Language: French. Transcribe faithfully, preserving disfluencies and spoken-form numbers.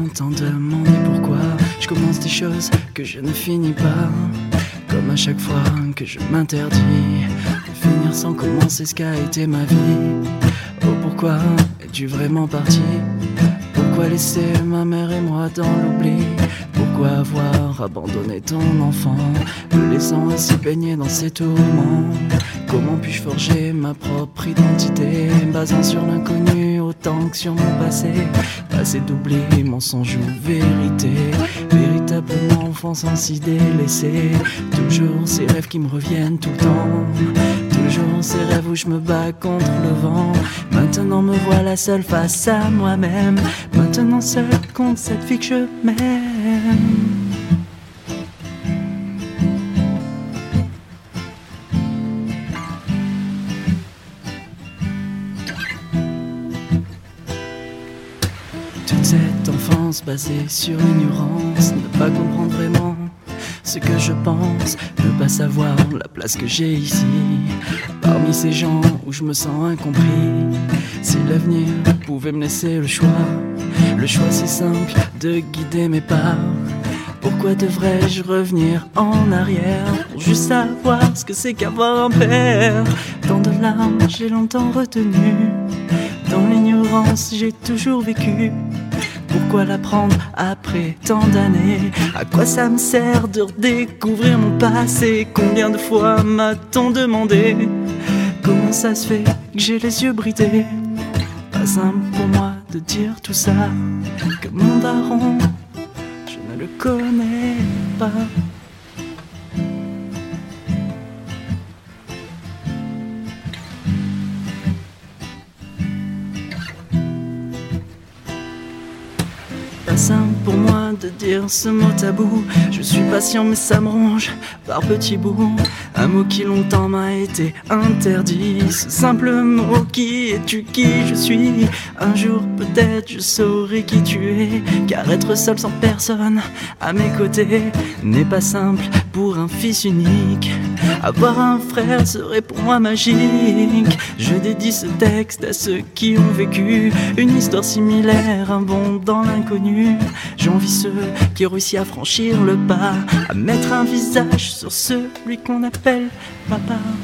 tant demandé pourquoi je commence des choses que je ne finis pas. Comme à chaque fois que je m'interdis de finir sans commencer ce qu'a été ma vie. Oh, pourquoi es-tu vraiment parti? Pourquoi laisser ma mère et moi dans l'oubli? Pourquoi avoir abandonné ton enfant, me laissant ainsi baigner dans ses tourments? Comment puis-je forger ma propre identité, basant sur l'inconnu autant que sur mon passé? Passé d'oubli, mensonge ou vérité, véritablement enfance ainsi délaissée. Toujours ces rêves qui me reviennent tout le temps, toujours ces rêves où je me bats contre le vent. Maintenant me voilà seule face à moi-même, maintenant seule contre cette fille que je m'aime. Toute cette enfance basée sur l'ignorance, ne pas comprendre vraiment ce que je pense, ne pas savoir la place que j'ai ici, parmi ces gens où je me sens incompris. Si l'avenir pouvait me laisser le choix, le choix c'est simple de guider mes pas. Pourquoi devrais-je revenir en arrière pour juste savoir ce que c'est qu'avoir un père? Tant de larmes j'ai longtemps retenu, dans l'ignorance j'ai toujours vécu. Pourquoi l'apprendre après tant d'années? À quoi ça me sert de redécouvrir mon passé? Combien de fois m'a-t-on demandé comment ça se fait que j'ai les yeux bridés? Pas simple pour moi de dire tout ça, que mon daron, je ne le connais pas. Pas simple pour moi de dire ce mot tabou. Je suis patient mais ça me ronge par petits bouts. Un mot qui longtemps m'a été interdit. Ce simple mot, qui es-tu, qui je suis? Un jour peut-être je saurai qui tu es, car être seul sans personne à mes côtés n'est pas simple pour un fils unique. Avoir un frère serait pour moi magique. Je dédie ce texte à ceux qui ont vécu une histoire similaire, un bond dans l'inconnu. J'envie ceux qui ont réussi à franchir le pas, à mettre un visage sur celui qu'on appelle papa.